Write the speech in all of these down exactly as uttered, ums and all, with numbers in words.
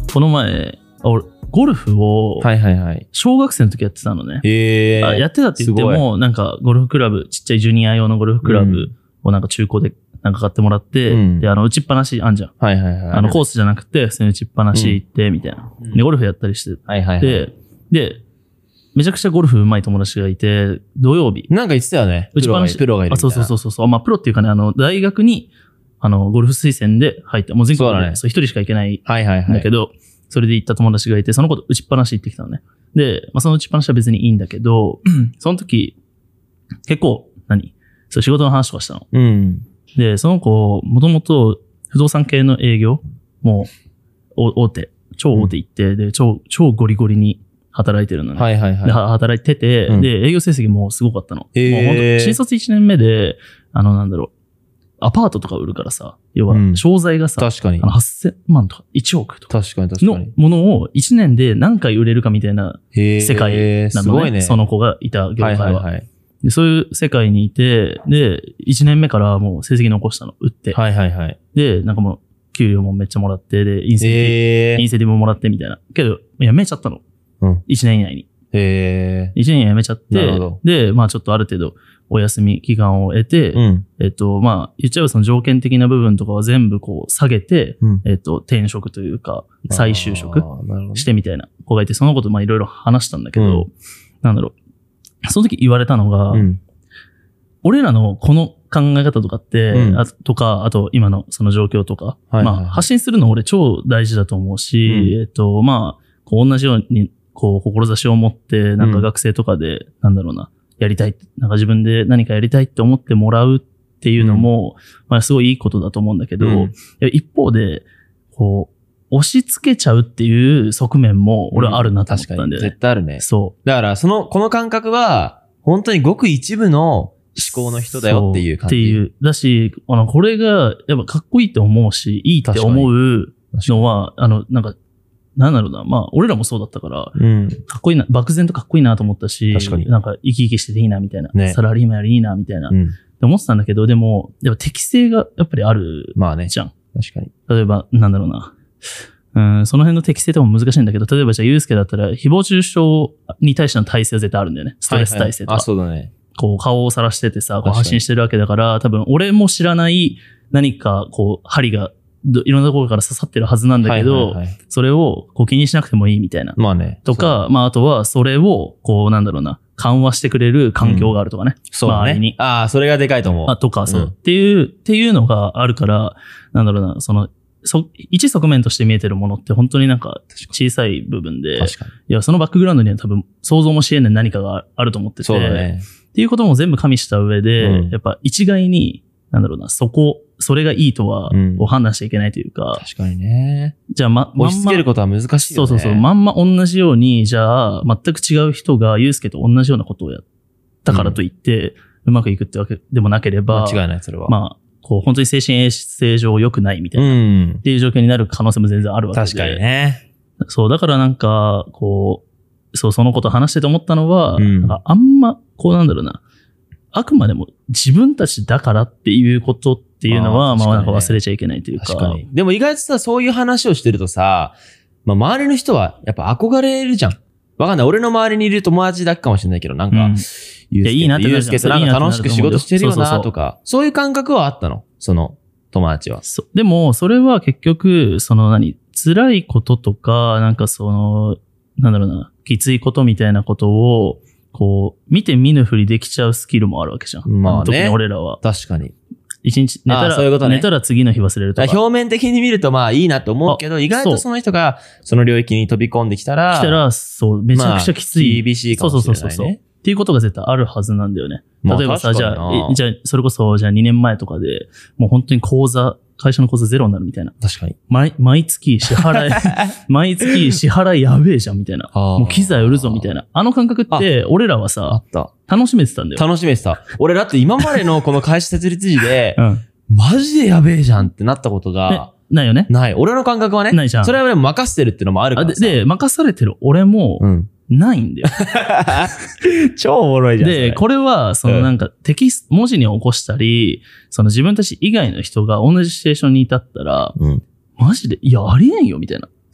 この前、俺、ゴルフを、 はいはいはい。 小学生の時やってたのね。 へー。 あやってたって言っても、なんかゴルフクラブ、ちっちゃいジュニア用のゴルフクラブをなんか中古でなんか買ってもらって、うん、で、あの、打ちっぱなしあんじゃん。 はいはいはい。 あの、コースじゃなくて、普通に打ちっぱなし行って、みたいな、うん。で、ゴルフやったりしてて、はいはいはい。で、で、めちゃくちゃゴルフ上手い友達がいて、土曜日。 なんか言ってたよね。 打ちっぱなし。 プロがいる。 あ、そうそうそうそう。まあ、プロっていうかね、あの、大学に、あの、ゴルフ推薦で入った。もう全国で、そう、一、ね、人しか行けないんだけど、はいはいはい、それで行った友達がいて、その子と打ちっぱなし行ってきたのね。で、まあ、その打ちっぱなしは別にいいんだけど、その時、結構、何そう、仕事の話とかしたの。うん。で、その子、もともと不動産系の営業、もう、大手、超大手行って、うん、で、超、超ゴリゴリに働いてるのね。はいはいはい。で、働いてて、うん、で、営業成績もすごかったの。もう本当新卒いちねんめで、あの、なんだろう、アパートとか売るからさ、要は、商材がさ、うん、確かに。あの、はっせんまんとかいちおくとか。確かに確かに。のものをいちねんで何回売れるかみたいな世界なのね。すごいね。その子がいた業界は。はいはいはい。でそういう世界にいて、で、いちねんめからもう成績残したの、売って。はいはいはい。で、なんかもう、給料もめっちゃもらって、で、インセンティブ、インセンティブももらってみたいな。けど、辞めちゃったの。うん。いちねん以内に。へー。いちねん以内に辞めちゃって、なるほど。で、まあちょっとある程度、お休み期間を得て、うん、えっと、まあ、言っちゃえばその条件的な部分とかは全部こう下げて、うん、えっと、転職というか、再就職してみたいな子がいて、そのことまあいろいろ話したんだけど、うん、なんだろう。その時言われたのが、うん、俺らのこの考え方とかって、うん、あとか、あと今のその状況とか、はいはいはい、まあ、発信するの俺超大事だと思うし、うん、えっと、まあ、こう同じように、こう、志を持って、なんか学生とかで、うん、なんだろうな、やりたい。なんか自分で何かやりたいって思ってもらうっていうのも、うん、まあすごいいいことだと思うんだけど、うん、一方で、こう、押し付けちゃうっていう側面も俺はあるなと思ったんだよね。うん、確かに。絶対あるね。そう。だからその、この感覚は、本当にごく一部の思考の人だよっていう感じ。っていう。だし、あの、これがやっぱかっこいいって思うし、いいって思うのは、あの、なんか、なんだろうな。まあ、俺らもそうだったから、うん、かっこいいな、漠然とかっこいいなと思ったし、確かになんか生き生きしてていいなみたいな、ね、サラリーマンよりいいなみたいな、うん、って思ってたんだけど、でも、やっぱ適性がやっぱりあるじゃん。まあね。確かに。例えば、なんだろうな。うん、その辺の適性とかも難しいんだけど、例えばじゃあ、ゆうすけだったら、誹謗中傷に対しての体制は絶対あるんだよね。ストレス体制とか。はいはい、あ、そうだね。こう、顔を晒しててさ、こう発信してるわけだから、多分、俺も知らない何か、こう、針が、いろんなところから刺さってるはずなんだけど、はいはいはい、それをこう気にしなくてもいいみたいな。まあね。とか、まああとはそれをこうなんだろうな、緩和してくれる環境があるとかね。うん、そうね。周りに。ああ、それがでかいと思う。あとか、そう、うん。っていう、っていうのがあるから、なんだろうな、その、そ、一側面として見えてるものって本当になんか小さい部分で、確かに。いや、そのバックグラウンドには多分想像もし得ない何かがあると思ってて、そうだね。っていうことも全部加味した上で、うん、やっぱ一概に、なんだろうな、そこ、それがいいとは、を判断しちゃいけないというか。確かにね。じゃあ、ま、押し付けることは難しいよね。そうそうそう。まんま同じように、じゃあ、全く違う人が、ゆうすけと同じようなことをやったからといって、うん、うまくいくってわけでもなければ。間違いない、それは。まあ、こう、本当に精神衛生上良くないみたいな。うん。っていう状況になる可能性も全然あるわけで。確かにね。そう、だからなんか、こう、そう、そのこと話してて思ったのは、うん、なんかあんま、こうなんだろうな。あくまでも自分たちだからっていうことっていうのは、あね、まあなんか忘れちゃいけないというか。確かに。でも意外とさ、そういう話をしてるとさ、まあ周りの人はやっぱ憧れるじゃん。わかんない。俺の周りにいる友達だけかもしれないけど、なんか、うん、いや、いいなってなるじゃん。ゆうすけとなんか楽しく仕事してるよなとか、そういう感覚はあったの。その友達は。そう。でも、それは結局、その何、辛いこととか、なんかその、なんだろうな、きついことみたいなことを、こう、見て見ぬふりできちゃうスキルもあるわけじゃん。まあね。特に俺らは。確かに。一日寝たら、そういうことね、寝たら次の日忘れるとか。表面的に見るとまあいいなと思うけど、意外とその人がその領域に飛び込んできたら。来たら、そう、めちゃくちゃきつい。まあ、厳しいかもしれないね。そうそうそうそう。っていうことが絶対あるはずなんだよね。例えばさ、まあ、じゃあ、じゃあ、それこそ、じゃあにねんまえとかで、もう本当に口座、会社の口座ゼロになるみたいな。確かに。毎、毎月支払い、毎月支払いやべえじゃんみたいな。もう機材売るぞみたいな。あの感覚って、俺らはさ、あった。楽しめてたんだよ。楽しめてた。俺だって今までのこの会社設立時で、うん、マジでやべえじゃんってなったことが、ね、ないよね。ない。俺の感覚はね。ないじゃん。それはね、任せてるってのもあるからさ。で、で任されてる俺も、うん、ないんだよ。超おもろいじゃん。で、これは、そのなんかテキスト、文字に起こしたり、その自分たち以外の人が同じシチュエーションに至ったら、うん、マジで、いや、ありえんよ、みたいな。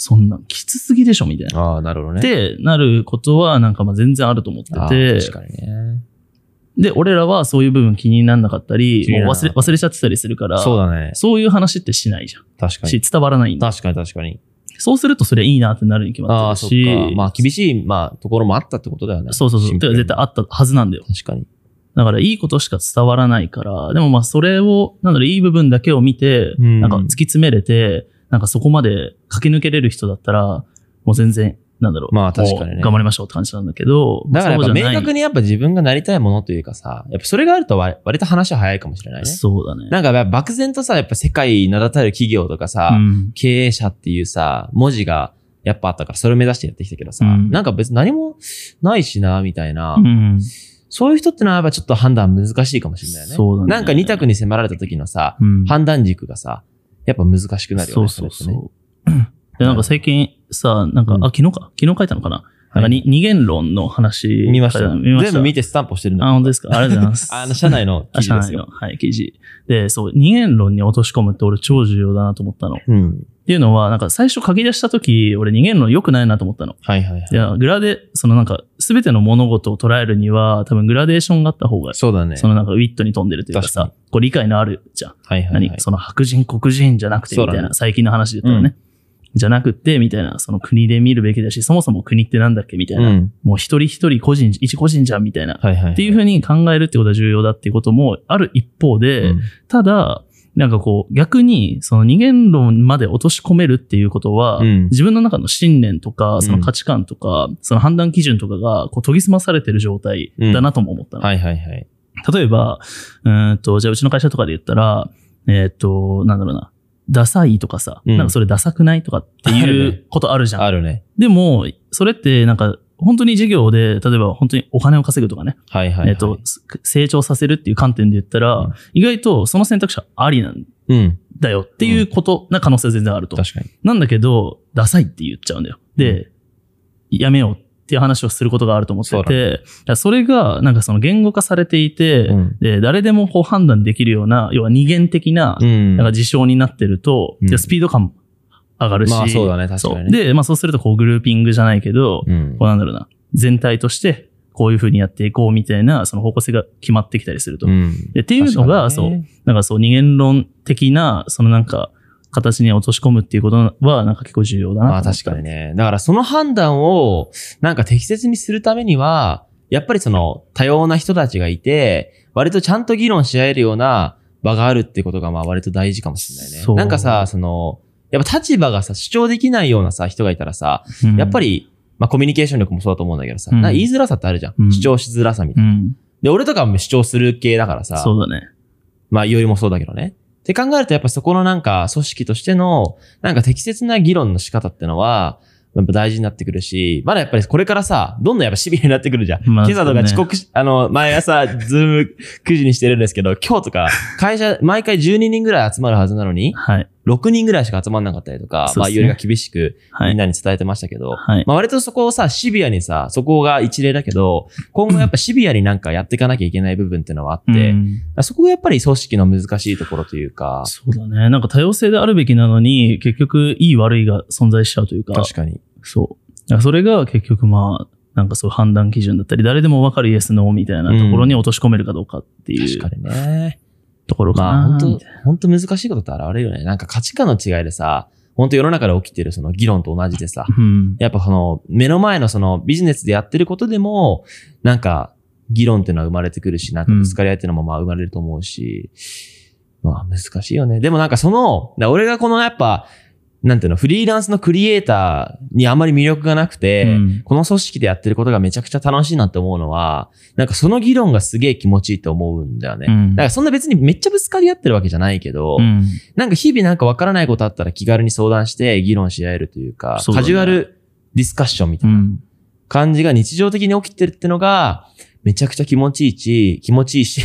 そんなきつすぎでしょみたいな。 ああ、なるほどね。 ってなることはなんかまあ全然あると思ってて。 確かにね。 で、俺らはそういう部分気にならなかったり、もう忘れ、忘れちゃってたりするから、 そうだね。 そういう話ってしないじゃん。 確かに。 し、伝わらないんだ。 確かに確かに。 そうするとそれいいなってなるに決まってるし。 ああ、そっか。まあ厳しい、まあ、ところもあったってことだよね。 そうそうそう。てか絶対あったはずなんだよ。 確かに。 だからいいことしか伝わらないから、でもまあそれを、なんだろう、いい部分だけを見て、うん、なんか突き詰めれて、なんかそこまで駆け抜けれる人だったら、もう全然、なんだろう。 まあ確かにね。 頑張りましょうって感じなんだけど。 だからやっぱ明確にやっぱ自分がなりたいものというかさ、やっぱそれがあると割と話は早いかもしれないね。 そうだね。 なんか漠然とさ、やっぱ世界名だたる企業とかさ、うん、経営者っていうさ、文字がやっぱあったからそれを目指してやってきたけどさ、うん、なんか別に何もないしな、みたいな。うん、そういう人ってのはやっぱちょっと判断難しいかもしれないね。そうだね。なんか二択に迫られた時のさ、うん、判断軸がさ、やっぱ難しくなるよね。そうそうそう。 ね、で、なんか最近さ、なんか、うん、あ、昨日か昨日書いたのかな、なんかに、はい、二元論の話。 見ました。見ました。全部見てスタンプしてるんだ。 あ、本当ですか。ありがとうございます。 あの、社内の記事ですよ。 社内の、はい、記事。で、そう、二元論に落とし込むって俺超重要だなと思ったの。うん。っていうのは、なんか最初書き出した時、俺二元論良くないなと思ったの。はいはいはい。いや、グラデ、そのなんか、すべての物事を捉えるには、多分グラデーションがあった方が、 そうだね。 そのなんかウィットに富んでるというかさ、かこう理解のあるじゃん。はいはい、はい。何その白人黒人じゃなくてみたいな、ね、最近の話で言ったらね。うんじゃなくって、みたいな、その国で見るべきだし、そもそも国ってなんだっけみたいな、うん、もう一人一人個人、一個人じゃんみたいな、はいはいはい、っていうふうに考えるってことは重要だっていうこともある一方で、うん、ただ、なんかこう、逆に、その二元論まで落とし込めるっていうことは、うん、自分の中の信念とか、その価値観とか、うん、その判断基準とかが、こう、研ぎ澄まされてる状態だなとも思ったの。うん、はいはいはい。例えば、うんと、じゃあうちの会社とかで言ったら、えっと、なんだろうな。ダサいとかさ、うん、なんかそれダサくないとかっていうことあるじゃん。 あるね。 でも、それってなんか、本当に事業で、例えば本当にお金を稼ぐとかね。はいはい、はい。えっと、成長させるっていう観点で言ったら、うん、意外とその選択肢はありなんだよっていうことな可能性は全然あると。確かに。なんだけど、ダサいって言っちゃうんだよ。で、うん、やめようっていう話をすることがあると思ってて、そ, ね、それがなんかその言語化されていて、うん、で誰でもこう判断できるような、要は二元的な、なんか事象になってると、うん、スピード感も上がるし、まあそうだね、確かに、ね。で、まあそうするとこうグルーピングじゃないけど、うん、こうなんだろうな、全体としてこういう風にやっていこうみたいな、その方向性が決まってきたりすると。うん、でっていうのが、ね、そう、なんかそう二元論的な、そのなんか、形に落とし込むっていうことはなんか結構重要だなと思った。 まあ確かにね。だからその判断をなんか適切にするためには、やっぱりその多様な人たちがいて、割とちゃんと議論し合えるような場があるってことがまあ割と大事かもしれないね。そう。なんかさ、その、やっぱ立場がさ、主張できないようなさ、人がいたらさ、うん、やっぱり、まあコミュニケーション力もそうだと思うんだけどさ、うん、なんか言いづらさってあるじゃん。うん、主張しづらさみたいな。うん、で、俺とかも主張する系だからさ。 そうだね。 まあ、いよいよもそうだけどね。って考えるとやっぱそこのなんか組織としてのなんか適切な議論の仕方ってのはやっぱ大事になってくるし、まだやっぱりこれからさ、どんどんやっぱシビアになってくるじゃん。まあ、今朝とか遅刻し、あの、毎朝ズームくじにしてるんですけど、今日とか会社毎回じゅうににんぐらい集まるはずなのに、はい、ろくにんぐらいしか集まんなかったりとか、ね、まあよりが厳しくみんなに伝えてましたけど、はい、まあ割とそこをさ、シビアにさ、そこが一例だけど、今後やっぱシビアになんかやっていかなきゃいけない部分っていうのはあって、うん、そこがやっぱり組織の難しいところというか。 そうだね。なんか多様性であるべきなのに、結局いい悪いが存在しちゃうというか。 確かに。 そう。それが結局まあ、なんかそう判断基準だったり、誰でも分かるイエスノーみたいなところに落とし込めるかどうかっていう。 確かにね。 ところかな。 まあ本当、本当難しいことって現れるよね。なんか価値観の違いでさ、本当世の中で起きてるその議論と同じでさ、うん、やっぱその目の前のそのビジネスでやってることでも、なんか議論っていうのは生まれてくるし、なんかぶつかり合いっていうのもまあ生まれると思うし、うん、まあ難しいよね。でもなんかその、俺がこのやっぱ、なんていうの、フリーランスのクリエイターにあんまり魅力がなくて、うん、この組織でやってることがめちゃくちゃ楽しいなって思うのは、なんかその議論がすげえ気持ちいいと思うんだよね。うん、だからそんな別にめっちゃぶつかり合ってるわけじゃないけど、うん、なんか日々なんかわからないことあったら気軽に相談して議論し合えるというか、うね、カジュアルディスカッションみたいな感じが日常的に起きてるってのが、めちゃくちゃ気持ちいいし、気持ちいいし。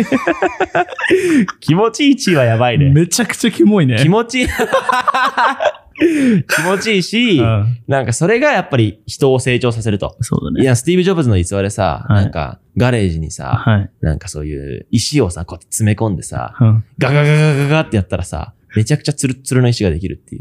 気持ちいいしはやばいね。 めちゃくちゃキモいね。 気持ちいい。気持ちいいし、うん、なんかそれがやっぱり人を成長させると。そうだね。いや、スティーブ・ジョブズの逸話でさ、はい、なんかガレージにさ、はい、なんかそういう石をさ、こうやって詰め込んでさ、うん、ガガガガガガってやったらさ、めちゃくちゃツルツルの石ができるっていう。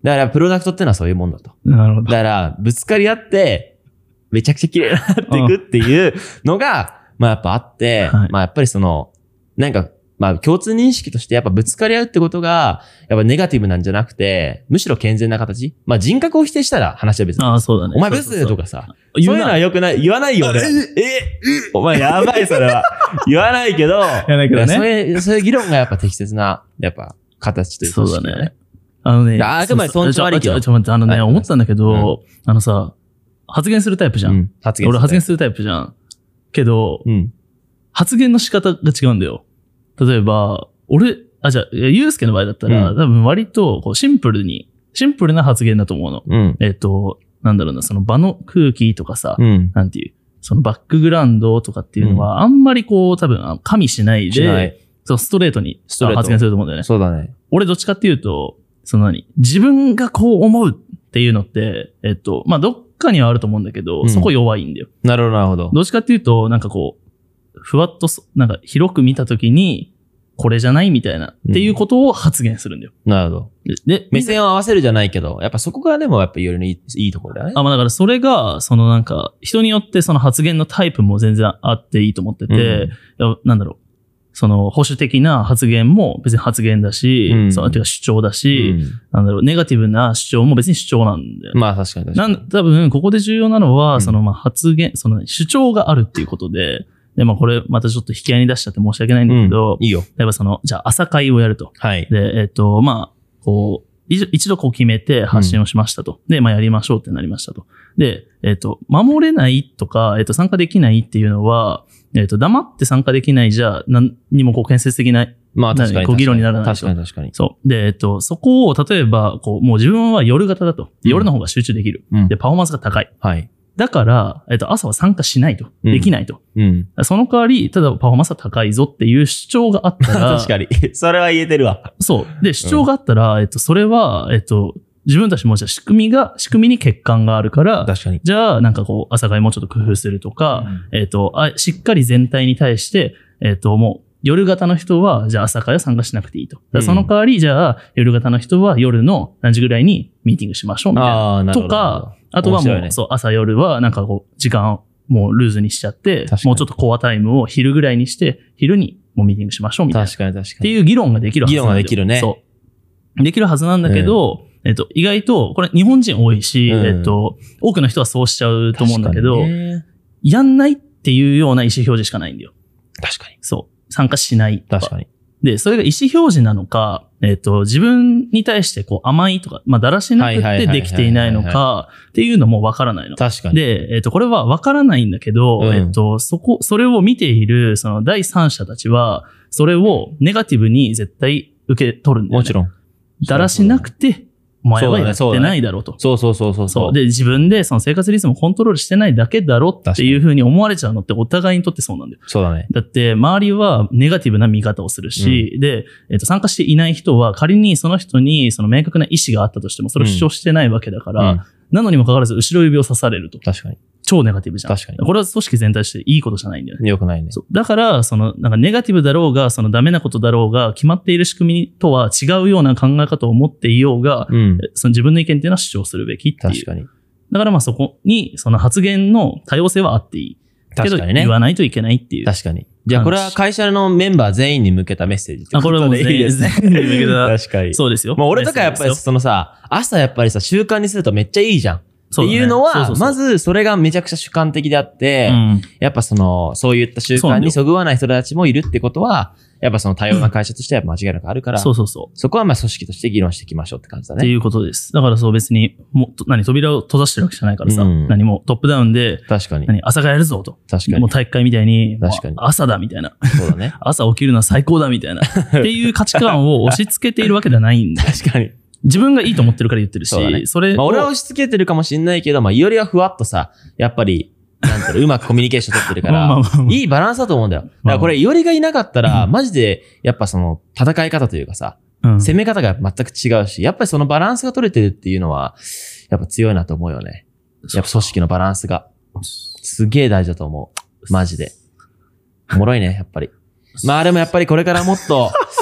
だから、プロダクトってのはそういうもんだと。 なるほど。 だから、ぶつかり合って、めちゃくちゃ綺麗になっていくっていうのが、まあやっぱあって、はい、まあやっぱりその、なんか、まあ共通認識としてやっぱぶつかり合うってことが、やっぱネガティブなんじゃなくて、むしろ健全な形。まあ人格を否定したら話は別に。 ああ、そうだね。 お前ブスとかさ。そういうのは良くない。言わないよ、俺。ええお前やばい、それは。言わないけど。言わないけどね。そういう、そういう議論がやっぱ適切な、やっぱ形というか、ね。 そうだね。あのね。 あくまで尊重ありきよ。 ちょっと待って、あのね、思ったんだけど、あのさ、発言するタイプじゃん。発言俺発言するタイプじゃん。けど、発言の仕方が違うんだよ。例えば、俺、あ、じゃあ、ゆうすけの場合だったら、うん、多分割とこうシンプルに、シンプルな発言だと思うの。うん、えっと、なんだろうな、その場の空気とかさ、うん、なんていう、そのバックグラウンドとかっていうのは、あんまりこう、多分、加味しないで、しないそうストレートに発言すると思うんだよね。 そうだね。 俺どっちかっていうと、その何自分がこう思うっていうのって、えっと、まあ、どっかにはあると思うんだけど、うん、そこ弱いんだよ。 なるほど、なるほど。 どっちかっていうと、なんかこう、ふわっと、なんか広く見たときに、これじゃないみたいな、っていうことを発言するんだよ。 うん、なるほど。で、目線を合わせるじゃないけど、やっぱそこがでもやっぱよりいい、いいところだよね。 あ、まあだからそれが、そのなんか、人によってその発言のタイプも全然あっていいと思ってて、うん、なんだろう。その保守的な発言も別に発言だし、うん、そのてか主張だし、うん、なんだろう、ネガティブな主張も別に主張なんだよ。 まあ確かに確かに。 なん多分、ここで重要なのは、うん、そのまあ発言、その主張があるっていうことで、で、まあこれまたちょっと引き合いに出しちゃって申し訳ないんだけど、 うん、いいよ。 例えばその、じゃあ朝会をやると。 はい。 で、えっと、まあ、こう、一度こう決めて発信をしましたと。うん、で、まあやりましょうってなりましたと。で、えっと、守れないとか、えっと、参加できないっていうのは、えっと、黙って参加できないじゃ、何にもこう建設的な、 まあ確かに。 こう議論にならない。 確かに確かに。 そう。で、えっと、そこを例えば、こう、もう自分は夜型だと。夜の方が集中できる。うん、で、パフォーマンスが高い。 はい。 だから、えっと、朝は参加しないと。できないと。うん。その代わり、ただパフォーマンスは高いぞっていう主張があったら。 確かに。それは言えてるわ。 そう。で、主張があったら、うん、えっと、それは、えっと、自分たちもじゃあ仕組みが、仕組みに欠陥があるから、 確かに。 じゃあ、なんかこう、朝会もうちょっと工夫するとか、うん、えっとあ、しっかり全体に対して、えっと、もう、夜型の人は、じゃあ朝会は参加しなくていいと。うん、その代わり、じゃあ、夜型の人は夜の何時ぐらいにミーティングしましょうみたいな。あなるほどとか、あとはもう、ね、そう、朝夜はなんかこう、時間をもうルーズにしちゃって、もうちょっとコアタイムを昼ぐらいにして、昼にもうミーティングしましょうみたいな。 確かに確かに。 っていう議論ができるはずなんだよ。 議論ができるね。 そう。できるはずなんだけど、うん、えっと、意外と、これ日本人多いし、うん、えっと、多くの人はそうしちゃうと思うんだけど、やんないっていうような意思表示しかないんだよ。 確かに。 そう。参加しないとか。 確かに。 で、それが意思表示なのか、えっと、自分に対してこう甘いとか、まあ、だらしなくてできていないのか、っていうのもわからないの。 確かに。 で、えっと、これはわからないんだけど、うん、えっと、そこ、それを見ている、その第三者たちは、それをネガティブに絶対受け取るんだよね。 もちろん。 だらしなくて、お前はやってないだろうと。 そうそうそうそうそう。で、自分でその生活リズムをコントロールしてないだけだろっていうふうに思われちゃうのってお互いにとってそうなんだよ。 そうだね。 だって周りはネガティブな見方をするし、うん、で、えっと、参加していない人は仮にその人にその明確な意思があったとしてもそれを主張してないわけだから、うん、なのにもかかわらず後ろ指を刺されると。 確かに。 超ネガティブじゃん。 確かに。 これは組織全体としていいことじゃないんだよね。 よくないね。 そう。だから、その、なんかネガティブだろうが、そのダメなことだろうが、決まっている仕組みとは違うような考え方を持っていようが、うん、その自分の意見っていうのは主張するべきっていう。 確かに。 だからまあそこに、その発言の多様性はあっていい。 確かにね。 言わないといけないっていう。 確かに。じゃあこれは会社のメンバー全員に向けたメッセージってことでいいですね。あ、これはもう全員に向けた。確かに。そうですよ。まあ俺とかやっぱりそのさ、朝やっぱりさ、習慣にするとめっちゃいいじゃん。っていうのは、まずそれがめちゃくちゃ主観的であって、うん、やっぱその、そういった習慣にそぐわない人たちもいるってことは、やっぱその多様な会社としては間違いなくあるから、 そうそうそう。 そこはまあ組織として議論していきましょうって感じだね。 っていうことです。だからそう別に、もっと、何、扉を閉ざしてるわけじゃないからさ、うん、何もトップダウンで、 確かに。 何、朝がやるぞと。 確かに。 もう体育会みたいに、 確かに。 朝だみたいな。 そうだね。 朝起きるのは最高だみたいな。っていう価値観を押し付けているわけではないんだ。 確かに。自分がいいと思ってるから言ってるし、そ, ね、それ。 まあ俺は押し付けてるかもしんないけど、まあよりはふわっとさ、やっぱり、なんていうの、うまくコミュニケーション取ってるから、まあまあまあいいバランスだと思うんだよ。だからこれ、よりがいなかったら、マジで、やっぱその、戦い方というかさ、うん、攻め方が全く違うし、やっぱりそのバランスが取れてるっていうのは、やっぱ強いなと思うよね。やっぱ組織のバランスが。すげえ大事だと思う。マジで。おもろいね、やっぱり。まあでもやっぱりこれからもっと、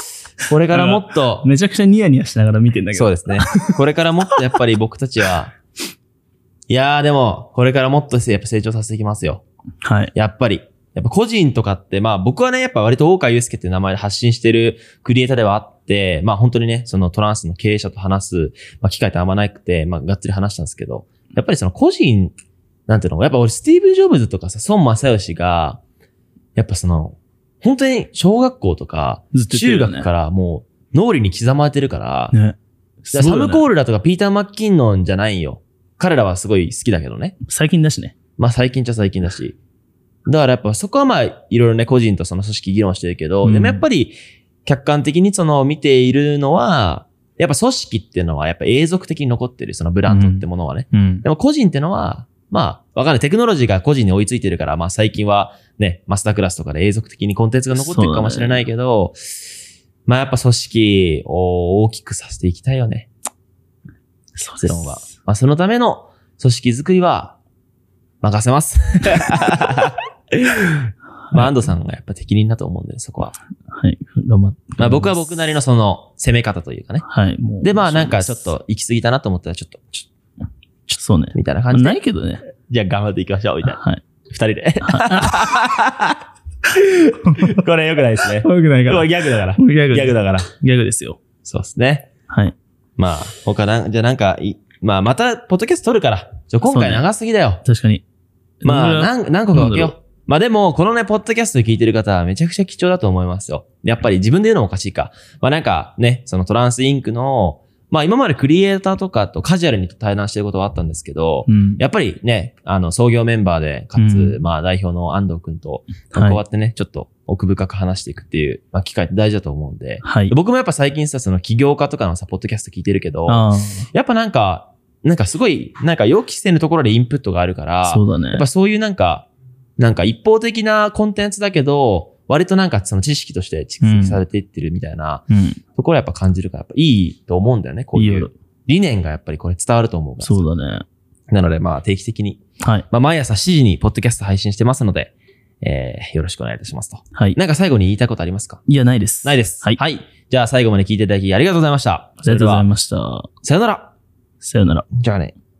これからもっと。 めちゃくちゃニヤニヤしながら見てんだけど。 そうですね。これからもっとやっぱり僕たちは、いやーでも、これからもっとやっぱ成長させていきますよ。 はい。 やっぱり。やっぱ個人とかって、まあ僕はね、やっぱ割と大川祐介っていう名前で発信してるクリエイターではあって、まあ本当にね、そのトランスの経営者と話す、まあ機会ってあんまなくて、まあがっつり話したんですけど、やっぱりその個人、なんていうの、やっぱ俺スティーブ・ジョブズとかさ、孫正義が、やっぱその、本当に小学校とか、中学からもう脳裏に刻まれてるから、ね、サム・コールラとかピーター・マッキンノンじゃないよ。彼らはすごい好きだけどね。 最近だしね。 まあ最近っちゃ最近だし。だからやっぱそこはまあいろいろね個人とその組織議論してるけど、うん、でもやっぱり客観的にその見ているのは、やっぱ組織っていうのはやっぱ永続的に残ってる、そのブランドってものはね。うんうん、でも個人ってのは、まあわかんない。テクノロジーが個人に追いついてるから、まあ最近はね、マスタークラスとかで永続的にコンテンツが残ってるかもしれないけど、ね、まあやっぱ組織を大きくさせていきたいよね。 そうです。 は。まあそのための組織づくりは任せます。まあ安藤さんがやっぱ適任だと思うんで、ね、そこは。 はい。頑張って。 まあ僕は僕なりのその攻め方というかね。 はい。もうでまあなんかちょっと行き過ぎたなと思ったらちょっと、ちょちょそうね。 みたいな感じで。 ないけどね。 じゃあ頑張っていきましょう、みたいな。 はい。 二人で。これ良くないですね。 良くないから。 ギャグだから。 ギャグ。 ギャグだから。 ギャグですよ。 そうですね。 はい。 まあ、他な、じゃあなんか、まあまた、ポッドキャスト撮るから。ちょ、今回長すぎだよ。 ね、確かに。 まあ、何、何個か分けよう。まあでも、このね、ポッドキャストで聞いてる方はめちゃくちゃ貴重だと思いますよ。やっぱり自分で言うのもおかしいか。まあなんかね、そのトランスインクの、まあ今までクリエイターとかとカジュアルに対談してることはあったんですけど、うん、やっぱりね、あの創業メンバーで、かつ、うん、まあ代表の安藤くんと、こうやってね、はい、ちょっと奥深く話していくっていう、まあ機会って大事だと思うんで、はい、僕もやっぱ最近さ、その起業家とかのさ、ポッドキャスト聞いてるけど、やっぱなんか、なんかすごい、なんか予期せぬところでインプットがあるから、 そうだね。 やっぱそういうなんか、なんか一方的なコンテンツだけど、割となんかその知識として蓄積されていってるみたいな、うん、ところやっぱ感じるから、やっぱいいと思うんだよね、こういう。いい理念がやっぱりこれ伝わると思うから。 そうだね。 なのでまあ定期的に。 はい。 まあ毎朝しちじにポッドキャスト配信してますので、えー、よろしくお願いいたしますと。 はい。 なんか最後に言いたいことありますか？ いや、ないです。 ないです。 はい。 はい。じゃあ最後まで聞いていただきありがとうございました。 ありがとうございました。 さよなら。 さよなら。 じゃあね。